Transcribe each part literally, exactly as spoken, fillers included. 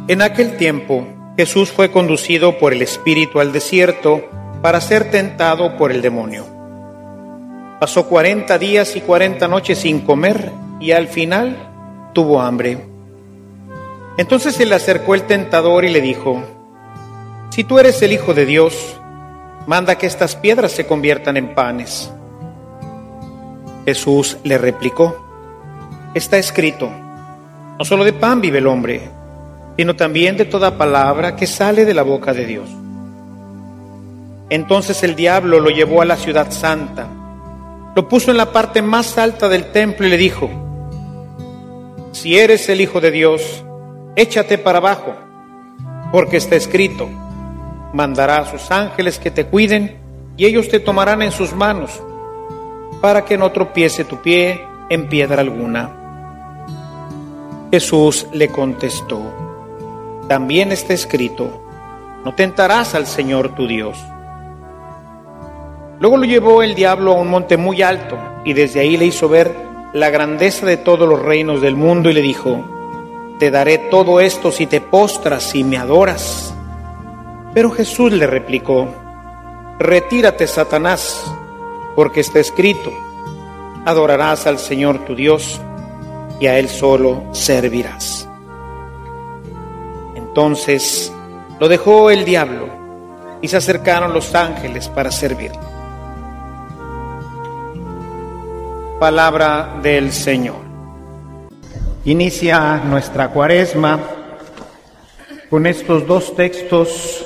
En aquel tiempo, Jesús fue conducido por el Espíritu al desierto para ser tentado por el demonio. Pasó cuarenta días y cuarenta noches sin comer y al final tuvo hambre. Entonces se le acercó el tentador y le dijo: «Si tú eres el Hijo de Dios, manda que estas piedras se conviertan en panes». Jesús le replicó: «Está escrito, no solo de pan vive el hombre, sino también de toda palabra que sale de la boca de Dios». Entonces el diablo lo llevó a la ciudad santa, lo puso en la parte más alta del templo y le dijo: «Si eres el Hijo de Dios, échate para abajo, porque está escrito, mandará a sus ángeles que te cuiden, y ellos te tomarán en sus manos, para que no tropiece tu pie en piedra alguna». Jesús le contestó: «También está escrito, no tentarás al Señor tu Dios». Luego lo llevó el diablo a un monte muy alto, y desde ahí le hizo ver la grandeza de todos los reinos del mundo, y le dijo: «Te daré todo esto si te postras y me adoras». Pero Jesús le replicó: «Retírate, Satanás, porque está escrito, adorarás al Señor tu Dios, y a Él solo servirás». Entonces lo dejó el diablo, y se acercaron los ángeles para servirle. Palabra del Señor. Inicia nuestra cuaresma con estos dos textos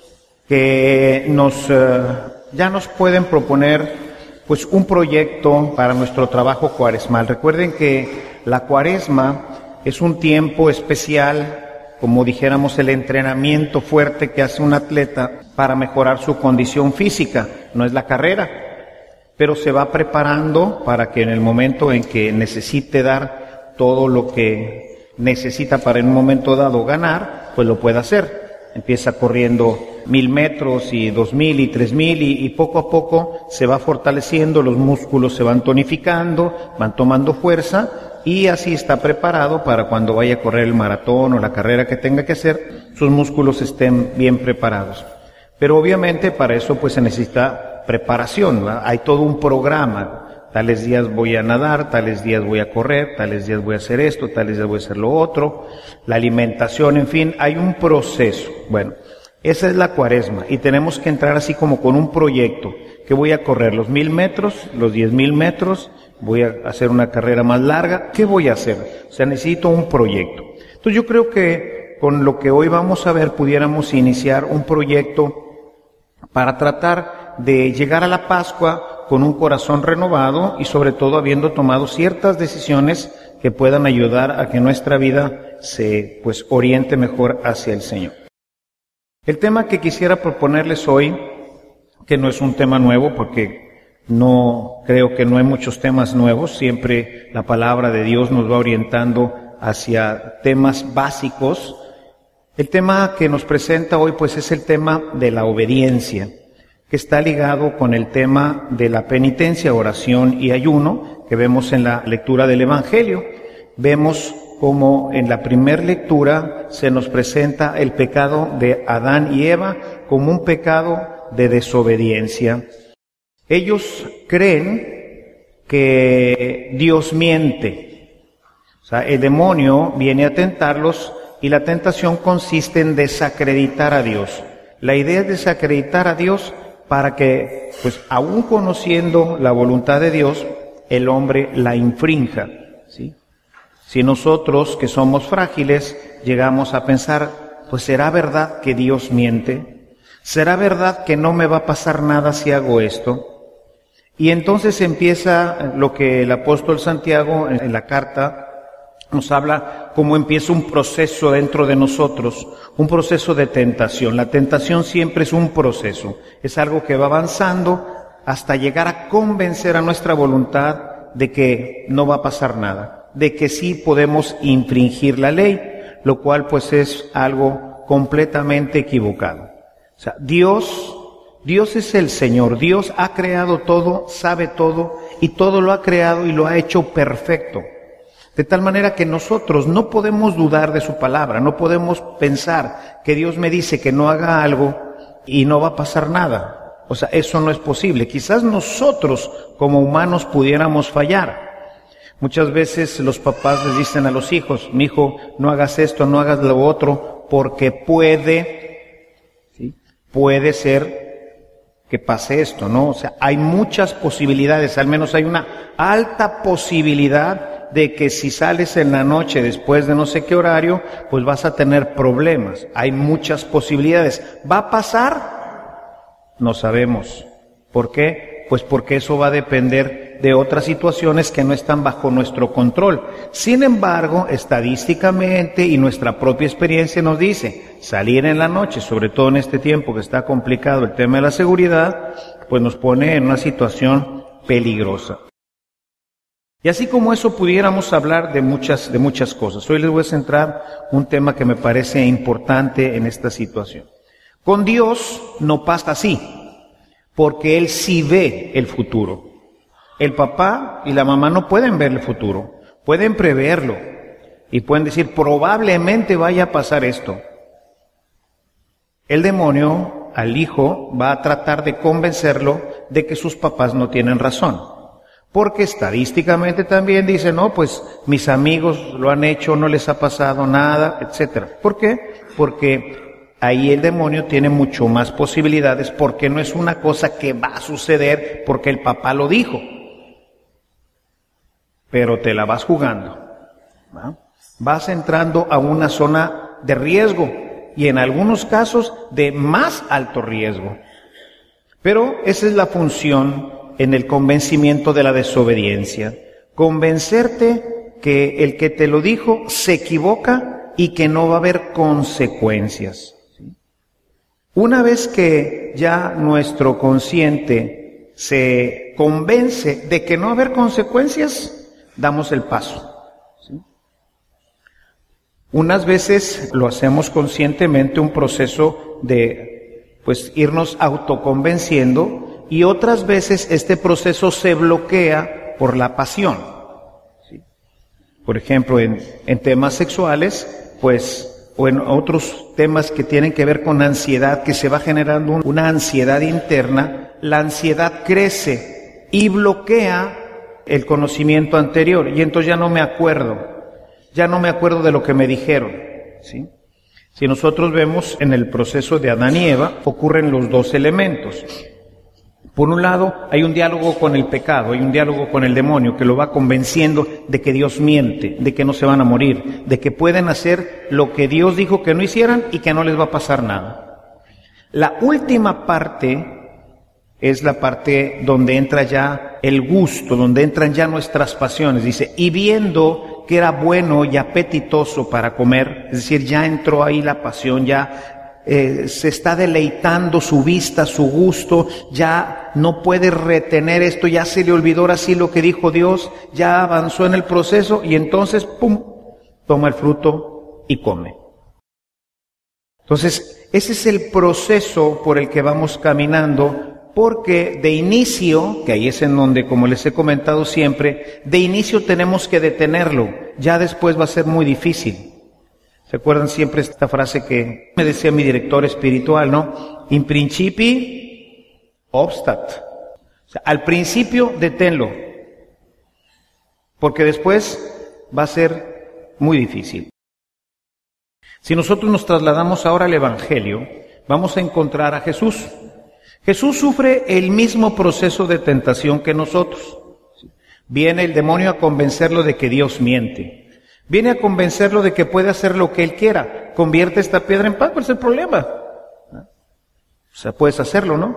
que nos eh, ya nos pueden proponer pues un proyecto para nuestro trabajo cuaresmal. Recuerden que la cuaresma es un tiempo especial, como dijéramos, el entrenamiento fuerte que hace un atleta para mejorar su condición física. No es la carrera, pero se va preparando para que en el momento en que necesite dar todo lo que necesita para en un momento dado ganar, pues lo pueda hacer. Empieza corriendo mil metros y dos mil y tres mil y, y poco a poco se va fortaleciendo, los músculos se van tonificando, van tomando fuerza y así está preparado para cuando vaya a correr el maratón o la carrera que tenga que hacer, sus músculos estén bien preparados. Pero obviamente para eso pues se necesita preparación, ¿verdad? Hay todo un programa. Tales días voy a nadar, tales días voy a correr, tales días voy a hacer esto, tales días voy a hacer lo otro, la alimentación, en fin, hay un proceso. Bueno, esa es la cuaresma y tenemos que entrar así como con un proyecto, que voy a correr los mil metros, los diez mil metros, voy a hacer una carrera más larga, ¿qué voy a hacer? O sea, necesito un proyecto. Entonces yo creo que con lo que hoy vamos a ver pudiéramos iniciar un proyecto para tratar de llegar a la Pascua con un corazón renovado y sobre todo habiendo tomado ciertas decisiones que puedan ayudar a que nuestra vida se pues oriente mejor hacia el Señor. El tema que quisiera proponerles hoy, que no es un tema nuevo porque no creo que no hay muchos temas nuevos, siempre la palabra de Dios nos va orientando hacia temas básicos. El tema que nos presenta hoy pues es el tema de la obediencia, que está ligado con el tema de la penitencia, oración y ayuno, que vemos en la lectura del Evangelio. Vemos como en la primera lectura se nos presenta el pecado de Adán y Eva como un pecado de desobediencia. Ellos creen que Dios miente. O sea, el demonio viene a tentarlos y la tentación consiste en desacreditar a Dios. La idea es desacreditar a Dios para que, pues, aún conociendo la voluntad de Dios, el hombre la infrinja, ¿sí? Si nosotros, que somos frágiles, llegamos a pensar, pues, ¿será verdad que Dios miente? ¿Será verdad que no me va a pasar nada si hago esto? Y entonces empieza lo que el apóstol Santiago en la carta nos habla, cómo empieza un proceso dentro de nosotros, un proceso de tentación. La tentación siempre es un proceso, es algo que va avanzando hasta llegar a convencer a nuestra voluntad de que no va a pasar nada, de que sí podemos infringir la ley, lo cual pues es algo completamente equivocado. O sea, Dios, Dios es el Señor, Dios ha creado todo, sabe todo y todo lo ha creado y lo ha hecho perfecto. De tal manera que nosotros no podemos dudar de su palabra, no podemos pensar que Dios me dice que no haga algo y no va a pasar nada. O sea, eso no es posible. Quizás nosotros como humanos pudiéramos fallar. Muchas veces los papás les dicen a los hijos, mi hijo, no hagas esto, no hagas lo otro, porque puede, ¿sí? puede ser que pase esto, ¿no? O sea, hay muchas posibilidades, al menos hay una alta posibilidad de que si sales en la noche después de no sé qué horario, pues vas a tener problemas. Hay muchas posibilidades. ¿Va a pasar? No sabemos. ¿Por qué? Pues porque eso va a depender de otras situaciones que no están bajo nuestro control. Sin embargo, estadísticamente y nuestra propia experiencia nos dice, salir en la noche, sobre todo en este tiempo que está complicado el tema de la seguridad, pues nos pone en una situación peligrosa. Y así como eso pudiéramos hablar de muchas, de muchas cosas. Hoy les voy a centrar un tema que me parece importante en esta situación. Con Dios no pasa así, porque Él sí ve el futuro. El papá y la mamá no pueden ver el futuro, pueden preverlo y pueden decir, probablemente vaya a pasar esto. El demonio al hijo va a tratar de convencerlo de que sus papás no tienen razón. Porque estadísticamente también dicen, no, pues mis amigos lo han hecho, no les ha pasado nada, etcétera. ¿Por qué? Porque ahí el demonio tiene mucho más posibilidades, porque no es una cosa que va a suceder porque el papá lo dijo. Pero te la vas jugando, ¿va? Vas entrando a una zona de riesgo y en algunos casos de más alto riesgo. Pero esa es la función en el convencimiento de la desobediencia. Convencerte que el que te lo dijo se equivoca y que no va a haber consecuencias. Una vez que ya nuestro consciente se convence de que no va a haber consecuencias, damos el paso. ¿Sí? Unas veces lo hacemos conscientemente, un proceso de pues irnos autoconvenciendo, y otras veces este proceso se bloquea por la pasión. ¿Sí? Por ejemplo, en, en temas sexuales, pues, o en otros temas que tienen que ver con ansiedad, que se va generando un, una ansiedad interna, la ansiedad crece y bloquea el conocimiento anterior, y entonces ya no me acuerdo, ya no me acuerdo de lo que me dijeron, ¿sí? Si nosotros vemos en el proceso de Adán y Eva, ocurren los dos elementos. Por un lado, hay un diálogo con el pecado, hay un diálogo con el demonio que lo va convenciendo de que Dios miente, de que no se van a morir, de que pueden hacer lo que Dios dijo que no hicieran y que no les va a pasar nada. La última parte es la parte donde entra ya el gusto, donde entran ya nuestras pasiones. Dice, y viendo que era bueno y apetitoso para comer, es decir, ya entró ahí la pasión, ya eh, se está deleitando su vista, su gusto, ya no puede retener esto, ya se le olvidó ahora sí lo que dijo Dios, ya avanzó en el proceso y entonces, pum, toma el fruto y come. Entonces, ese es el proceso por el que vamos caminando. Porque de inicio, que ahí es en donde, como les he comentado siempre, de inicio tenemos que detenerlo, ya después va a ser muy difícil. ¿Se acuerdan siempre esta frase que me decía mi director espiritual, no? In principi obstat. O sea, al principio deténlo, porque después va a ser muy difícil. Si nosotros nos trasladamos ahora al Evangelio, vamos a encontrar a Jesús. Jesús sufre el mismo proceso de tentación que nosotros. Viene el demonio a convencerlo de que Dios miente. Viene a convencerlo de que puede hacer lo que él quiera. Convierte esta piedra en pan, ¿cuál es el problema? O sea, puedes hacerlo, ¿no?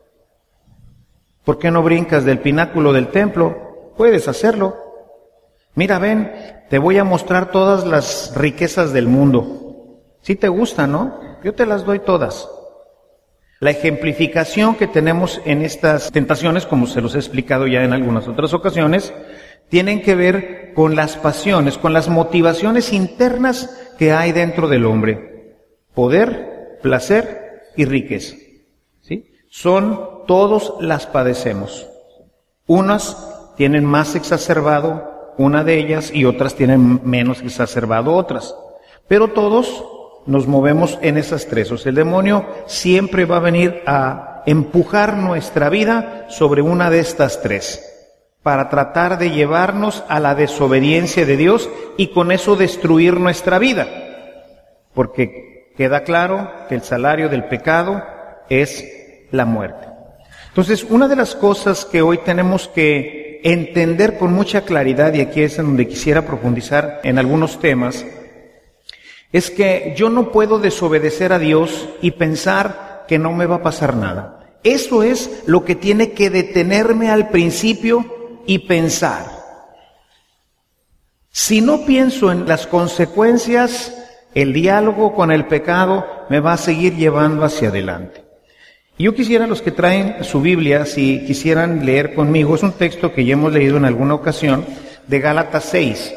¿Por qué no brincas del pináculo del templo? Puedes hacerlo. Mira, ven, te voy a mostrar todas las riquezas del mundo. Si te gusta, ¿no? Yo te las doy todas. La ejemplificación que tenemos en estas tentaciones, como se los he explicado ya en algunas otras ocasiones, tienen que ver con las pasiones, con las motivaciones internas que hay dentro del hombre. Poder, placer y riqueza. ¿Sí? Son, todos las padecemos. Unas tienen más exacerbado una de ellas y otras tienen menos exacerbado otras. Pero todos nos movemos en esas tres. O sea, el demonio siempre va a venir a empujar nuestra vida sobre una de estas tres, para tratar de llevarnos a la desobediencia de Dios y con eso destruir nuestra vida. Porque queda claro que el salario del pecado es la muerte. Entonces, una de las cosas que hoy tenemos que entender con mucha claridad, y aquí es en donde quisiera profundizar en algunos temas, es que yo no puedo desobedecer a Dios y pensar que no me va a pasar nada. Eso es lo que tiene que detenerme al principio y pensar. Si no pienso en las consecuencias, el diálogo con el pecado me va a seguir llevando hacia adelante. Yo quisiera, los que traen su Biblia, si quisieran leer conmigo, es un texto que ya hemos leído en alguna ocasión, de Gálatas seis.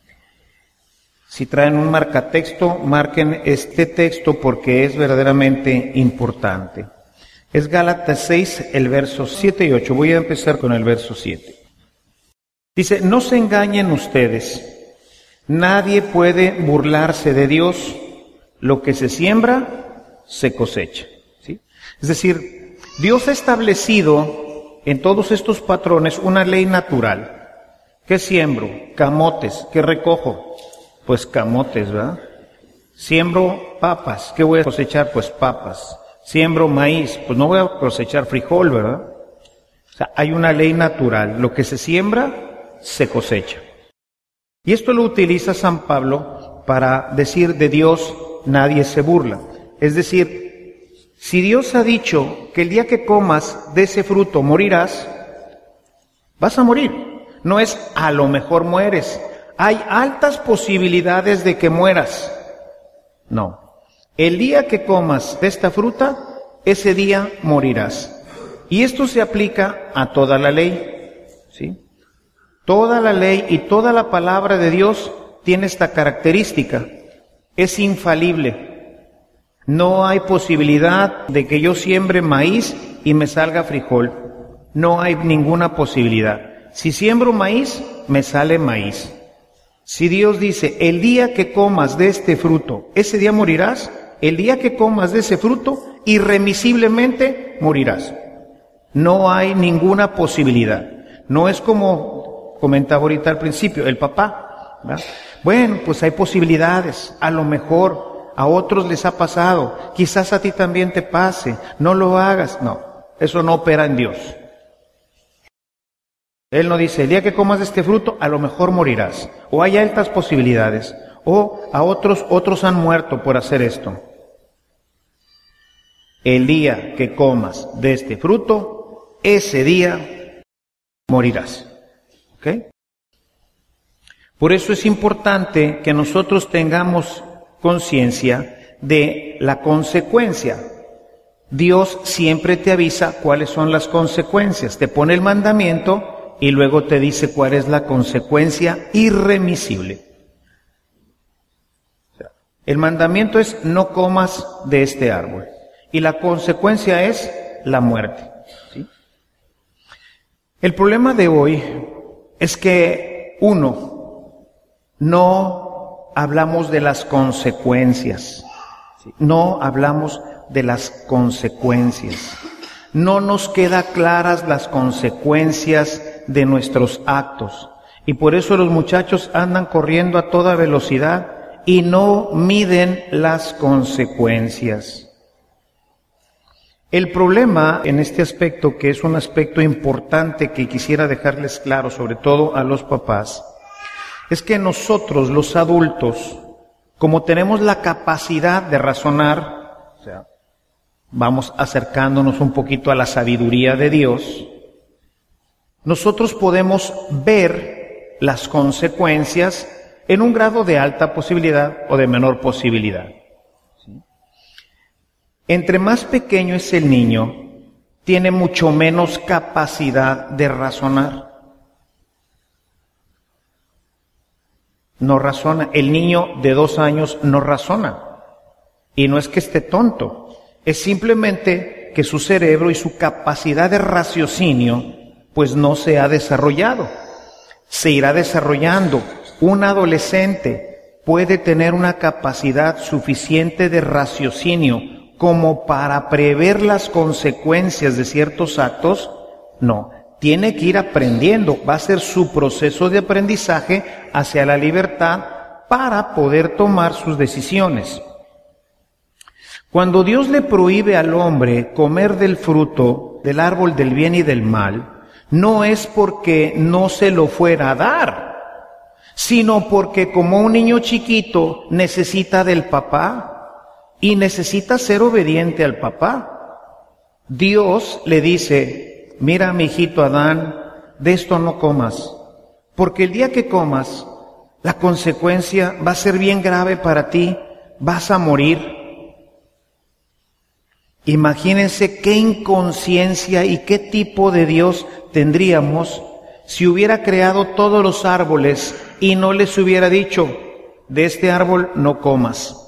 Si traen un marcatexto, marquen este texto porque es verdaderamente importante. Es Gálatas seis, el verso siete y ocho. Voy a empezar con el verso siete. Dice, no se engañen ustedes, nadie puede burlarse de Dios, lo que se siembra, se cosecha. ¿Sí? Es decir, Dios ha establecido en todos estos patrones una ley natural. ¿Qué siembro? Camotes. ¿Qué recojo? Pues camotes, ¿verdad? Siembro papas. ¿Qué voy a cosechar? Pues papas. Siembro maíz. Pues no voy a cosechar frijol, ¿verdad? O sea, hay una ley natural. Lo que se siembra, se cosecha. Y esto lo utiliza San Pablo para decir de Dios nadie se burla. Es decir, si Dios ha dicho que el día que comas de ese fruto morirás, vas a morir. No es a lo mejor mueres. Hay altas posibilidades de que mueras. No. El día que comas de esta fruta, ese día morirás. Y esto se aplica a toda la ley. ¿Sí? Toda la ley y toda la palabra de Dios tiene esta característica. Es infalible. No hay posibilidad de que yo siembre maíz y me salga frijol. No hay ninguna posibilidad. Si siembro maíz, me sale maíz. Si Dios dice, el día que comas de este fruto, ese día morirás, el día que comas de ese fruto, irremisiblemente morirás. No hay ninguna posibilidad. No es como comentaba ahorita al principio, el papá, ¿verdad? Bueno, pues hay posibilidades, a lo mejor a otros les ha pasado, quizás a ti también te pase, no lo hagas. No, eso no opera en Dios. Él no dice, el día que comas de este fruto, a lo mejor morirás, o hay altas posibilidades, o a otros, otros han muerto por hacer esto. El día que comas de este fruto, ese día morirás. ¿Ok? Por eso es importante que nosotros tengamos conciencia de la consecuencia. Dios siempre te avisa cuáles son las consecuencias, te pone el mandamiento y luego te dice cuál es la consecuencia irremisible. El mandamiento es no comas de este árbol y la consecuencia es la muerte. ¿Sí? El problema de hoy es que, uno, no hablamos de las consecuencias, ¿sí? No hablamos de las consecuencias. No nos quedan claras las consecuencias de nuestros actos. Y por eso los muchachos andan corriendo a toda velocidad y no miden las consecuencias. El problema en este aspecto, que es un aspecto importante que quisiera dejarles claro, sobre todo a los papás, es que nosotros, los adultos, como tenemos la capacidad de razonar, o sea, vamos acercándonos un poquito a la sabiduría de Dios, nosotros podemos ver las consecuencias en un grado de alta posibilidad o de menor posibilidad. ¿Sí? Entre más pequeño es el niño, tiene mucho menos capacidad de razonar. No razona. El niño de dos años no razona. Y no es que esté tonto. Es simplemente que su cerebro y su capacidad de raciocinio pues no se ha desarrollado. se irá desarrollando. Un adolescente puede tener una capacidad suficiente de raciocinio como para prever las consecuencias de ciertos actos. No, tiene que ir aprendiendo, va a ser su proceso de aprendizaje hacia la libertad para poder tomar sus decisiones. Cuando Dios le prohíbe al hombre comer del fruto del árbol del bien y del mal, no es porque no se lo fuera a dar, sino porque como un niño chiquito necesita del papá y necesita ser obediente al papá. Dios le dice: mira, mi hijito Adán, de esto no comas, porque el día que comas, la consecuencia va a ser bien grave para ti, vas a morir. Imagínense qué inconsciencia y qué tipo de Dios tendríamos si hubiera creado todos los árboles y no les hubiera dicho: de este árbol no comas.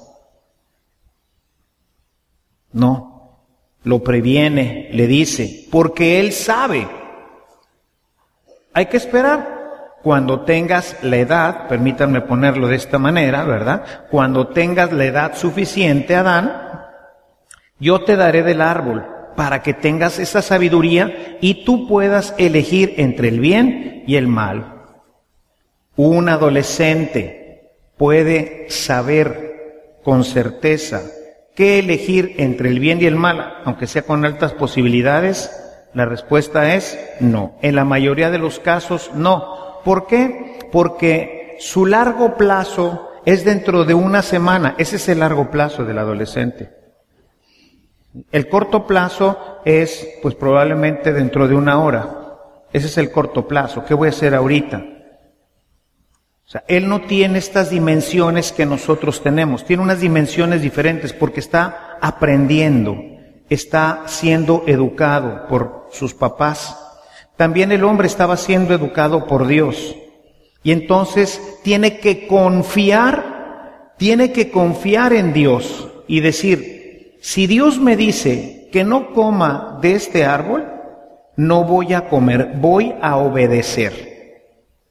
No, lo previene, le dice, porque Él sabe. Hay que esperar. Cuando tengas la edad, permítanme ponerlo de esta manera, ¿verdad? Cuando tengas la edad suficiente, Adán, yo te daré del árbol para que tengas esa sabiduría y tú puedas elegir entre el bien y el mal. Un adolescente puede saber con certeza qué elegir entre el bien y el mal, aunque sea con altas posibilidades. La respuesta es no. En la mayoría de los casos, no. ¿Por qué? Porque su largo plazo es dentro de una semana. Ese es el largo plazo del adolescente. El corto plazo es, pues probablemente dentro de una hora. Ese es el corto plazo. ¿Qué voy a hacer ahorita? O sea, él no tiene estas dimensiones que nosotros tenemos. Tiene unas dimensiones diferentes porque está aprendiendo, está siendo educado por sus papás. También el hombre estaba siendo educado por Dios. Y entonces tiene que confiar, tiene que confiar en Dios y decir: si Dios me dice que no coma de este árbol, no voy a comer, voy a obedecer.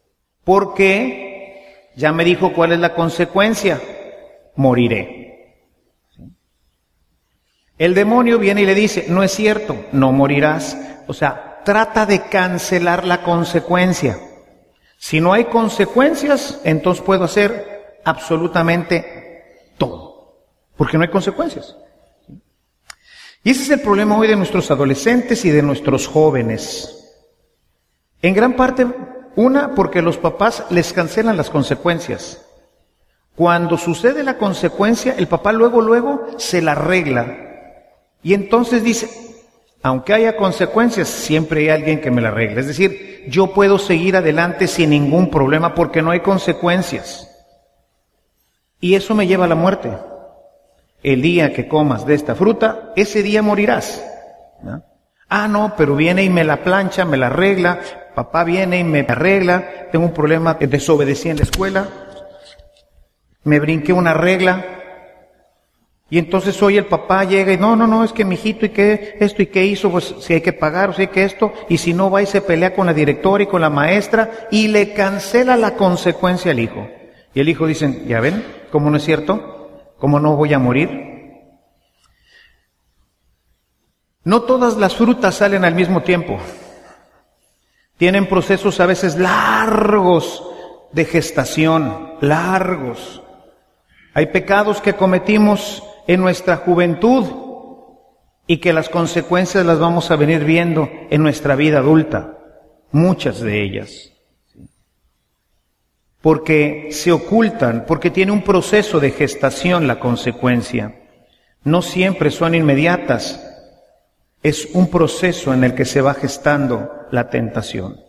Porque ya me dijo cuál es la consecuencia: moriré. El demonio viene y le dice: no es cierto, no morirás. O sea, trata de cancelar la consecuencia. Si no hay consecuencias, entonces puedo hacer absolutamente todo, porque no hay consecuencias. Y ese es el problema hoy de nuestros adolescentes y de nuestros jóvenes. En gran parte, una, porque los papás les cancelan las consecuencias. Cuando sucede la consecuencia, el papá luego, luego se la arregla. Y entonces dice: aunque haya consecuencias, siempre hay alguien que me la arregle. Es decir, yo puedo seguir adelante sin ningún problema porque no hay consecuencias. Y eso me lleva a la muerte. El día que comas de esta fruta, ese día morirás, ¿no? Ah, no, pero viene y me la plancha, me la arregla, papá viene y me arregla, tengo un problema, desobedecí en la escuela, me brinqué una regla, y entonces hoy el papá llega y no, no, no, es que mijito, ¿y qué esto y qué hizo? Pues si hay que pagar, o si hay que esto, y si no va y se pelea con la directora y con la maestra, y le cancela la consecuencia al hijo. Y el hijo dice: ¿ya ven cómo no es cierto? ¿Cómo no voy a morir? No todas las frutas salen al mismo tiempo. Tienen procesos a veces largos de gestación, largos. Hay pecados que cometimos en nuestra juventud y que las consecuencias las vamos a venir viendo en nuestra vida adulta, muchas de ellas. Porque se ocultan, porque tiene un proceso de gestación la consecuencia. No siempre son inmediatas, es un proceso en el que se va gestando la tentación.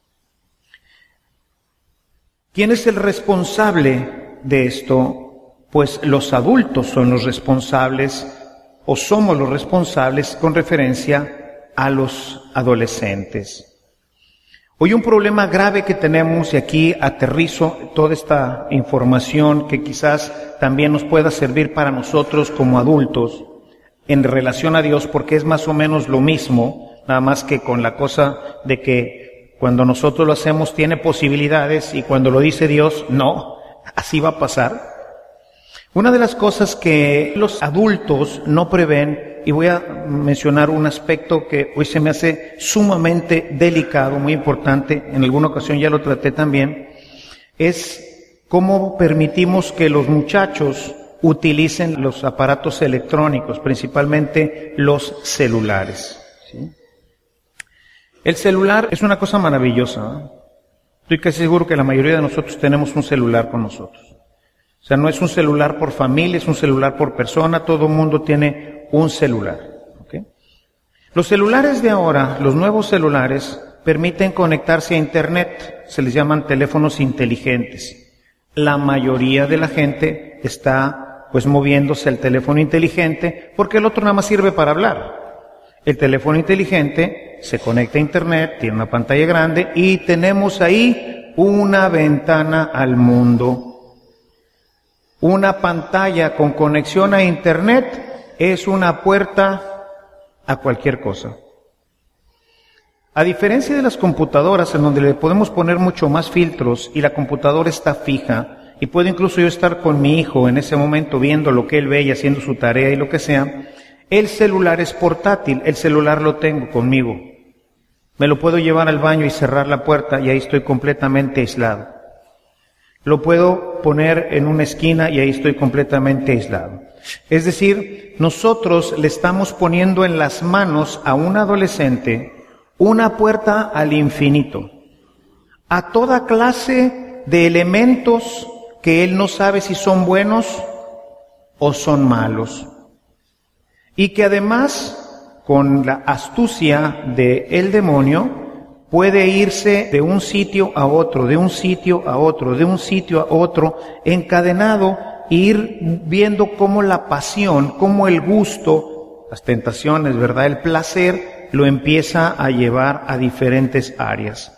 ¿Quién es el responsable de esto? Pues los adultos son los responsables, o somos los responsables con referencia a los adolescentes. Hoy un problema grave que tenemos, y aquí aterrizo toda esta información que quizás también nos pueda servir para nosotros como adultos en relación a Dios, porque es más o menos lo mismo, nada más que con la cosa de que cuando nosotros lo hacemos tiene posibilidades y cuando lo dice Dios, no, así va a pasar. Una de las cosas que los adultos no prevén, y voy a mencionar un aspecto que hoy se me hace sumamente delicado, muy importante, en alguna ocasión ya lo traté también, es cómo permitimos que los muchachos utilicen los aparatos electrónicos, principalmente los celulares, ¿sí? El celular es una cosa maravillosa, ¿no? Estoy casi seguro que la mayoría de nosotros tenemos un celular con nosotros. O sea, no es un celular por familia, es un celular por persona, todo el mundo tiene un celular, ¿okay? Los celulares de ahora, los nuevos celulares, permiten conectarse a Internet, se les llaman teléfonos inteligentes. La mayoría de la gente está pues moviéndose al teléfono inteligente porque el otro nada más sirve para hablar. El teléfono inteligente se conecta a Internet, tiene una pantalla grande y tenemos ahí una ventana al mundo. Una pantalla con conexión a Internet es una puerta a cualquier cosa. A diferencia de las computadoras en donde le podemos poner mucho más filtros y la computadora está fija y puedo incluso yo estar con mi hijo en ese momento viendo lo que él ve y haciendo su tarea y lo que sea, el celular es portátil, el celular lo tengo conmigo. Me lo puedo llevar al baño y cerrar la puerta y ahí estoy completamente aislado. Lo puedo poner en una esquina y ahí estoy completamente aislado. Es decir, nosotros le estamos poniendo en las manos a un adolescente una puerta al infinito, a toda clase de elementos que él no sabe si son buenos o son malos. Y que además, con la astucia del demonio, puede irse de un sitio a otro, de un sitio a otro, de un sitio a otro, encadenado, e ir viendo cómo la pasión, cómo el gusto, las tentaciones, ¿verdad?, el placer, lo empieza a llevar a diferentes áreas.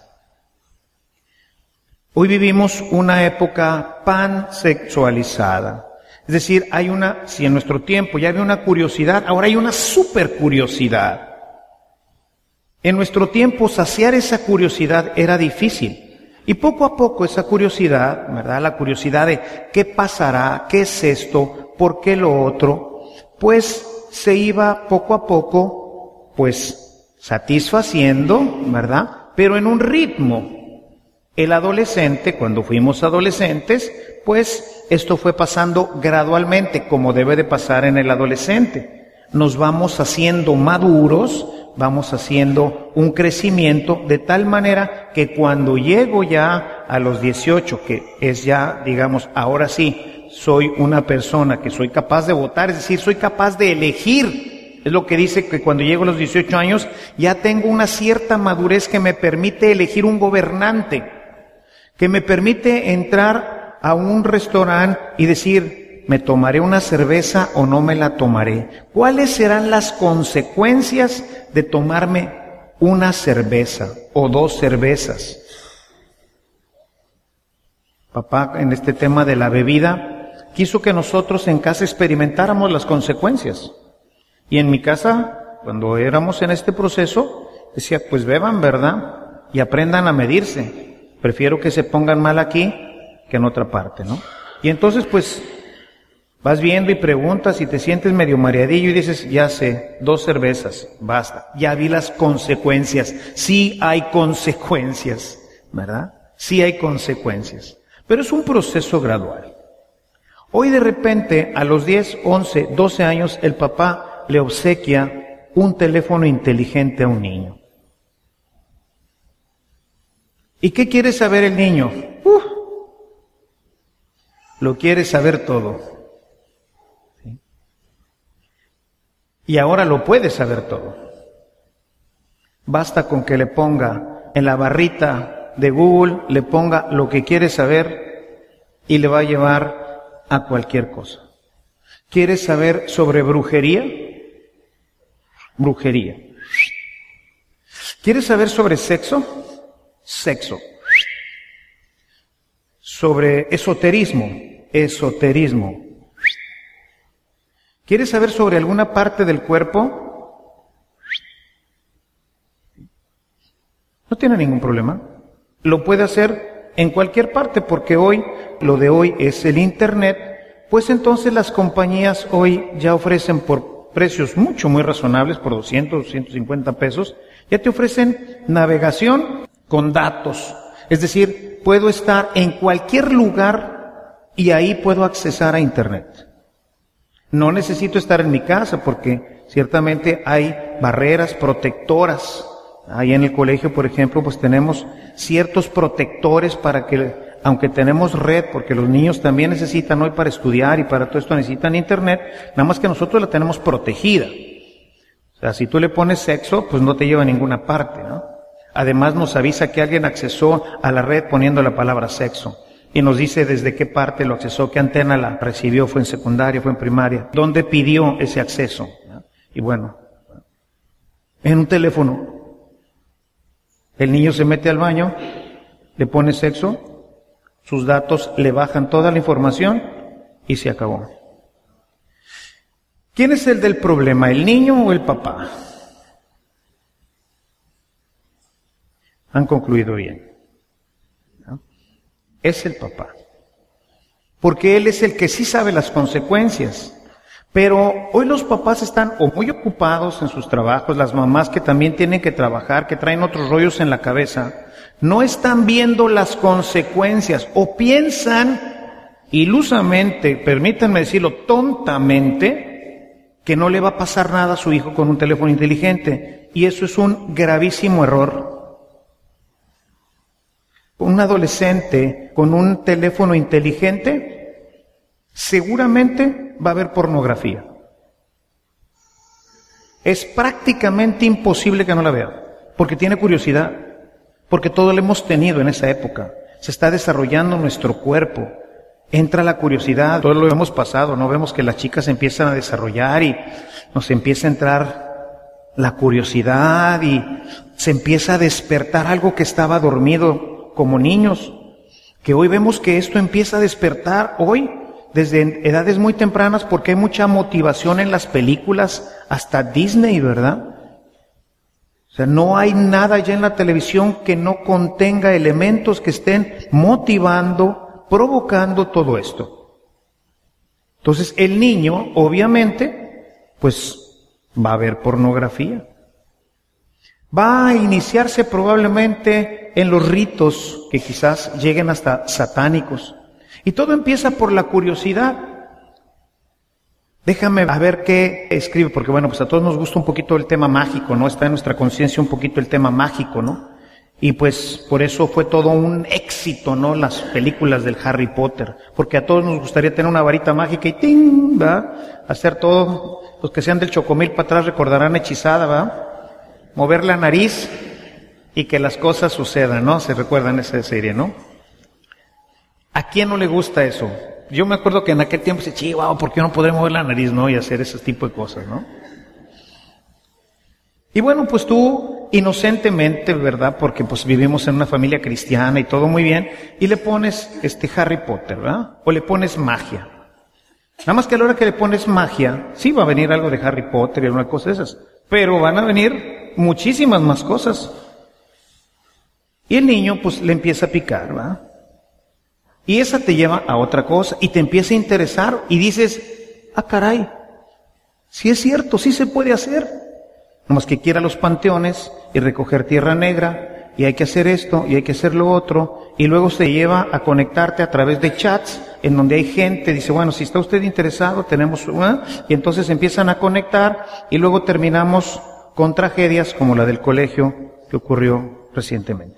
Hoy vivimos una época pansexualizada. Es decir, hay una, si en nuestro tiempo ya había una curiosidad, ahora hay una super curiosidad. En nuestro tiempo saciar esa curiosidad era difícil. Y poco a poco esa curiosidad, ¿verdad? La curiosidad de qué pasará, qué es esto, por qué lo otro, pues se iba poco a poco, pues satisfaciendo, ¿verdad? Pero en un ritmo. El adolescente, cuando fuimos adolescentes, pues esto fue pasando gradualmente, como debe de pasar en el adolescente. Nos vamos haciendo maduros, vamos haciendo un crecimiento de tal manera que cuando llego ya a los dieciocho, que es ya, digamos, ahora sí, soy una persona que soy capaz de votar, es decir, soy capaz de elegir. Es lo que dice que cuando llego a los dieciocho años ya tengo una cierta madurez que me permite elegir un gobernante, que me permite entrar a un restaurante y decir, ¿me tomaré una cerveza o no me la tomaré? ¿Cuáles serán las consecuencias de tomarme una cerveza o dos cervezas? Papá, en este tema de la bebida, quiso que nosotros en casa experimentáramos las consecuencias. Y en mi casa, cuando éramos en este proceso, decía, pues beban, ¿verdad? Y aprendan a medirse. Prefiero que se pongan mal aquí que en otra parte, ¿no? Y entonces, pues, vas viendo y preguntas y te sientes medio mareadillo y dices, ya sé, dos cervezas, basta. Ya vi las consecuencias. Sí hay consecuencias, ¿verdad? Sí hay consecuencias. Pero es un proceso gradual. Hoy de repente, a los diez, once, doce años, el papá le obsequia un teléfono inteligente a un niño. ¿Y qué quiere saber el niño? Uh, lo quiere saber todo. ¿Sí? Y ahora lo puede saber todo. Basta con que le ponga en la barrita de Google, le ponga lo que quiere saber y le va a llevar a cualquier cosa. ¿Quiere saber sobre brujería? Brujería. ¿Quiere saber sobre sexo? Sexo. Sobre esoterismo, esoterismo. ¿Quieres saber sobre alguna parte del cuerpo? No tiene ningún problema. Lo puede hacer en cualquier parte, porque hoy, lo de hoy es el Internet, pues entonces las compañías hoy ya ofrecen por precios mucho, muy razonables, por doscientos, doscientos cincuenta pesos, ya te ofrecen navegación con datos. Es decir, puedo estar en cualquier lugar y ahí puedo accesar a Internet. No necesito estar en mi casa porque ciertamente hay barreras protectoras. Ahí en el colegio, por ejemplo, pues tenemos ciertos protectores para que, aunque tenemos red, porque los niños también necesitan hoy para estudiar y para todo esto necesitan Internet, nada más que nosotros la tenemos protegida. O sea, si tú le pones sexo, pues no te lleva a ninguna parte, ¿no? Además nos avisa que alguien accesó a la red poniendo la palabra sexo. Y nos dice desde qué parte lo accesó, qué antena la recibió, fue en secundaria, fue en primaria, dónde pidió ese acceso, ¿no? Y bueno, en un teléfono, el niño se mete al baño, le pone sexo, sus datos le bajan toda la información y se acabó. ¿Quién es el del problema, el niño o el papá? Han concluido bien. ¿No? Es el papá. Porque él es el que sí sabe las consecuencias. Pero hoy los papás están o muy ocupados en sus trabajos, las mamás que también tienen que trabajar, que traen otros rollos en la cabeza, no están viendo las consecuencias o piensan ilusamente, permítanme decirlo, tontamente, que no le va a pasar nada a su hijo con un teléfono inteligente. Y eso es un gravísimo error. Un adolescente con un teléfono inteligente, seguramente va a haber pornografía. Es prácticamente imposible que no la vea, porque tiene curiosidad, porque todo lo hemos tenido en esa época. Se está desarrollando nuestro cuerpo, entra la curiosidad, todo lo hemos pasado, ¿no? Vemos que las chicas empiezan a desarrollar y nos empieza a entrar la curiosidad y se empieza a despertar algo que estaba dormido como niños, que hoy vemos que esto empieza a despertar hoy desde edades muy tempranas porque hay mucha motivación en las películas, hasta Disney, ¿verdad? O sea, no hay nada ya en la televisión que no contenga elementos que estén motivando, provocando todo esto. Entonces el niño, obviamente, pues va a ver pornografía. Va a iniciarse probablemente en los ritos que quizás lleguen hasta satánicos. Y todo empieza por la curiosidad. Déjame a ver qué escribe, porque bueno, pues a todos nos gusta un poquito el tema mágico, ¿no? Está en nuestra conciencia un poquito el tema mágico, ¿no? Y pues por eso fue todo un éxito, ¿no? Las películas del Harry Potter, porque a todos nos gustaría tener una varita mágica y ¡ting! ¿Va? Hacer todo, los que sean del Chocomil para atrás recordarán Hechizada, ¿va? Mover la nariz y que las cosas sucedan, ¿no? Se recuerdan esa serie, ¿no? ¿A quién no le gusta eso? Yo me acuerdo que en aquel tiempo se decía, wow, ¿por qué no podré mover la nariz, no? Y hacer ese tipo de cosas, ¿no? Y bueno, pues tú, inocentemente, ¿verdad? Porque pues vivimos en una familia cristiana y todo muy bien, y le pones este Harry Potter, ¿verdad? O le pones magia. Nada más que a la hora que le pones magia, sí va a venir algo de Harry Potter y alguna cosa de esas, pero van a venir muchísimas más cosas. Y el niño pues le empieza a picar, ¿verdad? Y esa te lleva a otra cosa y te empieza a interesar y dices, ah caray, sí es cierto, sí se puede hacer. Nomás que quiera los panteones y recoger tierra negra y hay que hacer esto y hay que hacer lo otro y luego se lleva a conectarte a través de chats en donde hay gente, dice, bueno, si está usted interesado, tenemos, ¿eh? Y entonces empiezan a conectar y luego terminamos con tragedias como la del colegio que ocurrió recientemente.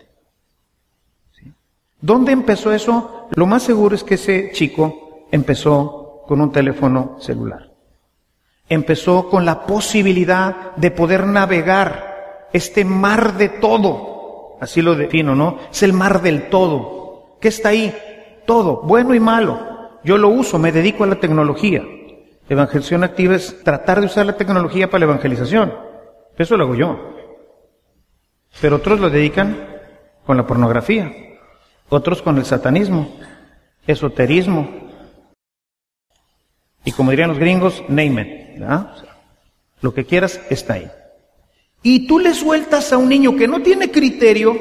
¿Dónde empezó eso? Lo más seguro es que ese chico empezó con un teléfono celular. Empezó con la posibilidad de poder navegar este mar de todo. Así lo defino, ¿no? Es el mar del todo. ¿Qué está ahí? Todo, bueno y malo. Yo lo uso, me dedico a la tecnología. Evangelización activa es tratar de usar la tecnología para la evangelización. Eso lo hago yo. Pero otros lo dedican con la pornografía. Otros con el satanismo, esoterismo, y como dirían los gringos, name it, ¿verdad? O sea, lo que quieras está ahí. y tú le sueltas a un niño que no tiene criterio,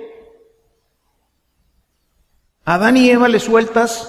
a Adán y Eva le sueltas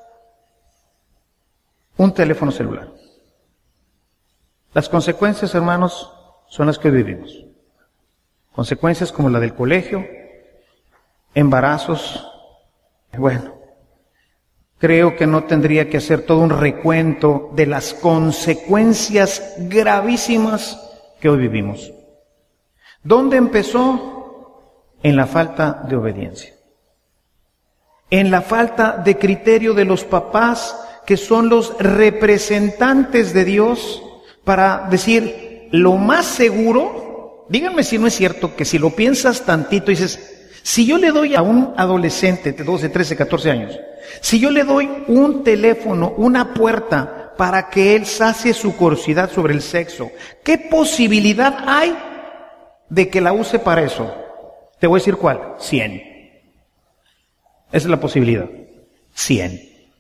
un teléfono celular. Las consecuencias, hermanos, son las que hoy vivimos. Consecuencias como la del colegio, embarazos. Bueno, creo que no tendría que hacer todo un recuento de las consecuencias gravísimas que hoy vivimos. ¿Dónde empezó? En la falta de obediencia. En la falta de criterio de los papás, que son los representantes de Dios, para decir lo más seguro. Díganme si no es cierto que si lo piensas tantito y dices, si yo le doy a un adolescente de doce, trece, catorce años, si yo le doy un teléfono, una puerta para que él sacie su curiosidad sobre el sexo, ¿qué posibilidad hay de que la use para eso? Te voy a decir cuál, cien. Esa es la posibilidad, cien.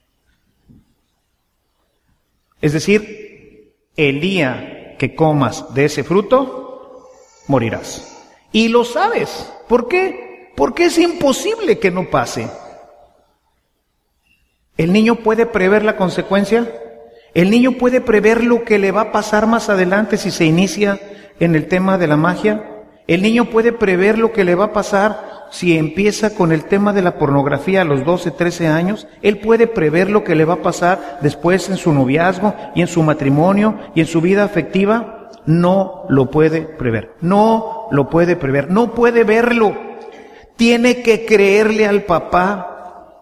Es decir, el día que comas de ese fruto, morirás. Y lo sabes. ¿Por qué? Porque es imposible que no pase. ¿El niño puede prever la consecuencia? ¿El niño puede prever lo que le va a pasar más adelante si se inicia en el tema de la magia? ¿El niño puede prever lo que le va a pasar si empieza con el tema de la pornografía a los doce, trece años? ¿Él puede prever lo que le va a pasar después en su noviazgo y en su matrimonio y en su vida afectiva? No lo puede prever. No lo puede prever. No puede verlo. Tiene que creerle al papá.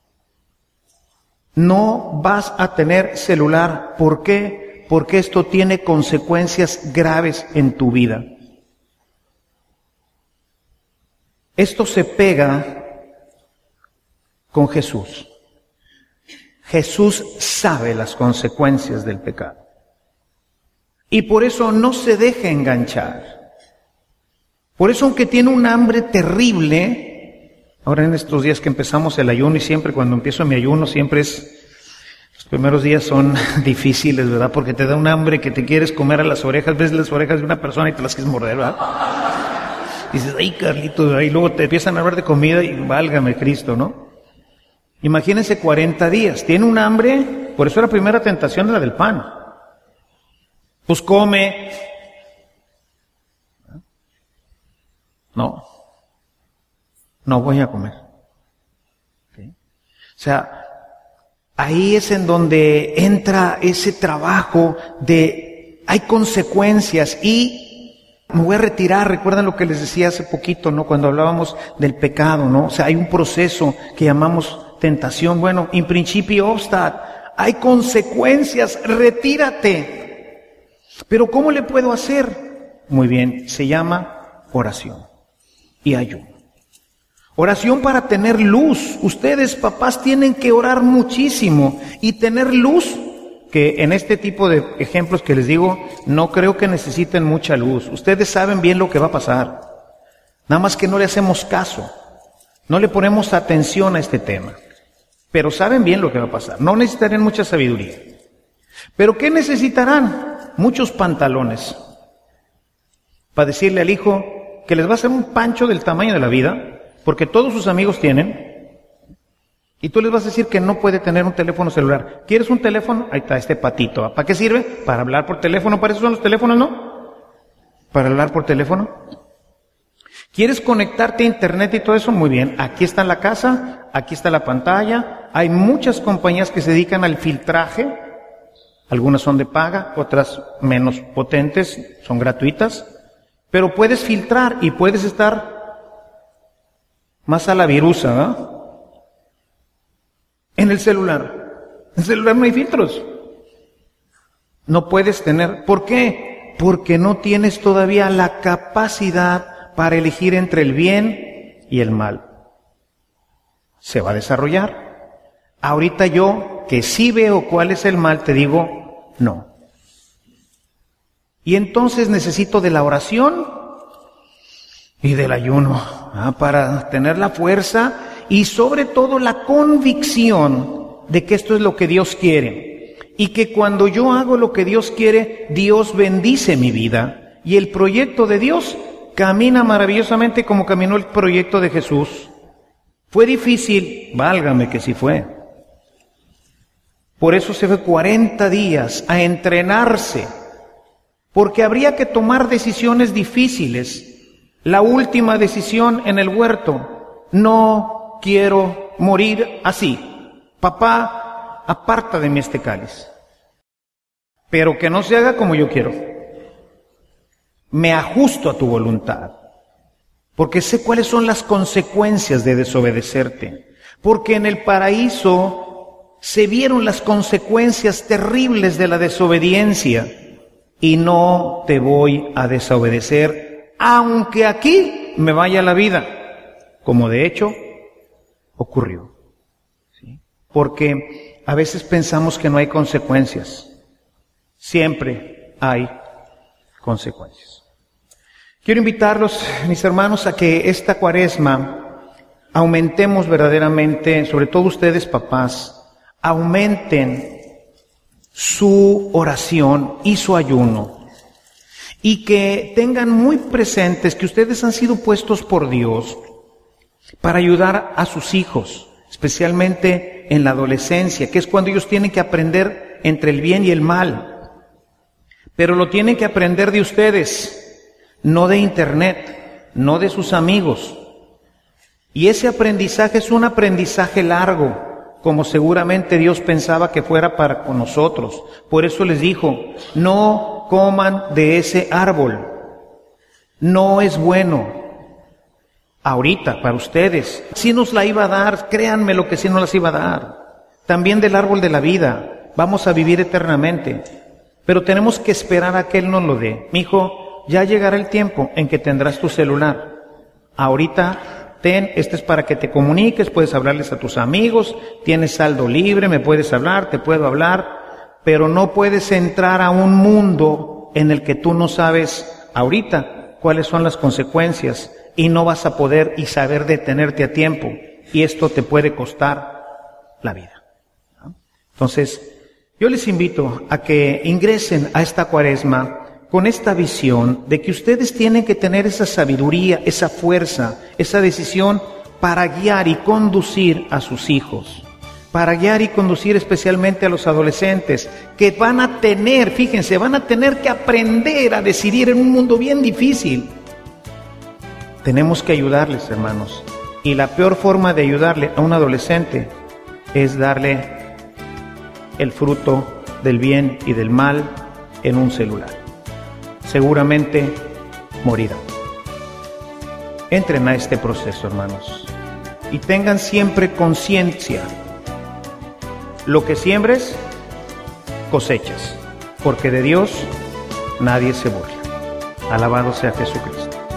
No vas a tener celular. ¿Por qué? Porque esto tiene consecuencias graves en tu vida. Esto se pega con Jesús. Jesús sabe las consecuencias del pecado. Y por eso no se deja enganchar. Por eso, aunque tiene un hambre terrible, ahora en estos días que empezamos el ayuno, y siempre cuando empiezo mi ayuno, siempre es, los primeros días son difíciles, ¿verdad? Porque te da un hambre que te quieres comer a las orejas, ves las orejas de una persona y te las quieres morder, ¿verdad? Y dices, ay, Carlito, ahí luego te empiezan a hablar de comida y válgame Cristo, ¿no? Imagínense cuarenta días, tiene un hambre, por eso la primera tentación es la del pan. Pues come. No, no voy a comer. ¿Okay? O sea, ahí es en donde entra ese trabajo de, hay consecuencias y me voy a retirar. Recuerdan lo que les decía hace poquito, ¿no? Cuando hablábamos del pecado, ¿no? O sea, hay un proceso que llamamos tentación. Bueno, in principio obstat, hay consecuencias, retírate. Pero ¿cómo le puedo hacer? Muy bien, se llama oración y ayuno. Oración para tener luz. Ustedes, papás, tienen que orar muchísimo y tener luz, que en este tipo de ejemplos que les digo, no creo que necesiten mucha luz. Ustedes saben bien lo que va a pasar. Nada más que no le hacemos caso. No le ponemos atención a este tema. Pero saben bien lo que va a pasar. No necesitarán mucha sabiduría. ¿Pero qué necesitarán? Muchos pantalones. Para decirle al hijo que les va a hacer un pancho del tamaño de la vida, porque todos sus amigos tienen. Y tú les vas a decir que no puede tener un teléfono celular. ¿Quieres un teléfono? Ahí está este patito. ¿Para qué sirve? Para hablar por teléfono. ¿Para eso son los teléfonos, no? Para hablar por teléfono. ¿Quieres conectarte a internet y todo eso? Muy bien. Aquí está la casa, aquí está la pantalla. Hay muchas compañías que se dedican al filtraje. Algunas son de paga, otras menos potentes, son gratuitas. Pero puedes filtrar y puedes estar más a la virusa, ¿verdad? En el celular. En el celular no hay filtros. No puedes tener. ¿Por qué? Porque no tienes todavía la capacidad para elegir entre el bien y el mal. Se va a desarrollar. Ahorita yo, que sí veo cuál es el mal, te digo, no. Y entonces necesito de la oración y del ayuno, ¿ah? Para tener la fuerza y sobre todo la convicción de que esto es lo que Dios quiere. Y que cuando yo hago lo que Dios quiere, Dios bendice mi vida. Y el proyecto de Dios camina maravillosamente como caminó el proyecto de Jesús. Fue difícil, válgame que sí fue. Por eso se fue cuarenta días a entrenarse, porque habría que tomar decisiones difíciles. La última decisión en el huerto: no quiero morir así. Papá, aparta de mí este cáliz, pero que no se haga como yo quiero. Me ajusto a tu voluntad, porque sé cuáles son las consecuencias de desobedecerte. Porque en el paraíso se vieron las consecuencias terribles de la desobediencia, y no te voy a desobedecer, aunque aquí me vaya la vida, como de hecho ocurrió. ¿Sí? Porque a veces pensamos que no hay consecuencias. Siempre hay consecuencias. Quiero invitarlos, mis hermanos, a que esta Cuaresma aumentemos verdaderamente, sobre todo ustedes papás, aumenten su oración y su ayuno, y que tengan muy presentes que ustedes han sido puestos por Dios para ayudar a sus hijos, especialmente en la adolescencia, que es cuando ellos tienen que aprender entre el bien y el mal. Pero lo tienen que aprender de ustedes, no de internet, no de sus amigos. Y ese aprendizaje es un aprendizaje largo, como seguramente Dios pensaba que fuera para con nosotros. Por eso les dijo: no coman de ese árbol, no es bueno. Ahorita, para ustedes, sí nos la iba a dar, créanme lo que sí nos las iba a dar. También del árbol de la vida, vamos a vivir eternamente, pero tenemos que esperar a que Él nos lo dé. Mijo, ya llegará el tiempo en que tendrás tu celular. Ahorita, ten, este es para que te comuniques, puedes hablarles a tus amigos, tienes saldo libre, me puedes hablar, te puedo hablar, pero no puedes entrar a un mundo en el que tú no sabes ahorita cuáles son las consecuencias, y no vas a poder y saber detenerte a tiempo, y esto te puede costar la vida. ¿No? Entonces, yo les invito a que ingresen a esta Cuaresma con esta visión de que ustedes tienen que tener esa sabiduría, esa fuerza, esa decisión para guiar y conducir a sus hijos, para guiar y conducir especialmente a los adolescentes, que van a tener, fíjense, van a tener que aprender a decidir en un mundo bien difícil. Tenemos que ayudarles, hermanos, y la peor forma de ayudarle a un adolescente es darle el fruto del bien y del mal en un celular. Seguramente morirá. Entren a este proceso, hermanos, y tengan siempre conciencia: lo que siembres, cosechas, porque de Dios nadie se burla. Alabado sea Jesucristo.